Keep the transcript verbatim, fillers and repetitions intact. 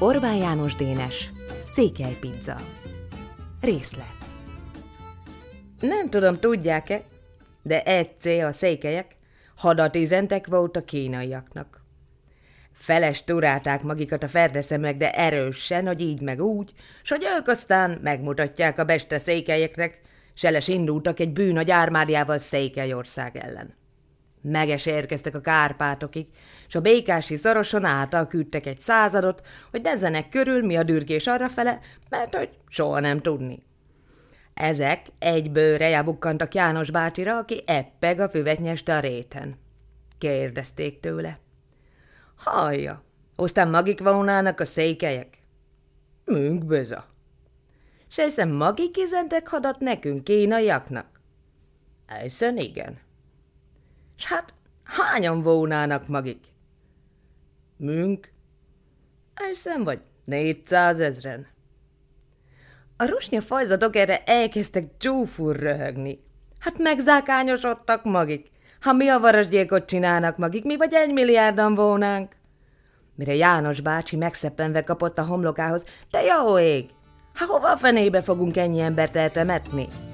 Orbán János Dénes, székelypizza. Részlet. Nem tudom, tudják-e, de egyszer a székelyek hadat üzentek volt a kínaiaknak. Feles turálták magikat a ferdeszemleg, de erősen, hogy így meg úgy, s hogy ők aztán megmutatják a beste székelyeknek, seles indultak egy bűnagy ármádjával Székelyország ellen. Meges érkeztek a Kárpátokig, s a Békási szoroson által küldtek egy századot, hogy nezzenek körül, mi a dürgés arrafele, mert hogy soha nem tudni. Ezek egyből rejabukkantak János bácsira, aki eppeg a füvet nyeste a réten. Kérdezték tőle. Hallja, aztán magik volnának a székelyek? Münk böza. S hiszen magik üzentek hadat nekünk, kínaiaknak? Hiszen igen. S hát hányan volnának magik? Münk? Hiszen vagy négyszázezren. A rusnya fajzatok erre elkezdtek csúful röhögni. Hát megzákányosodtak magik. Ha mi a varasgyilkot csinálnak magik, mi vagy egymilliárdan volnánk. Mire János bácsi megszeppenve kapott a homlokához, te jó ég! Ha hova a fenébe fogunk ennyi embert eltemetni?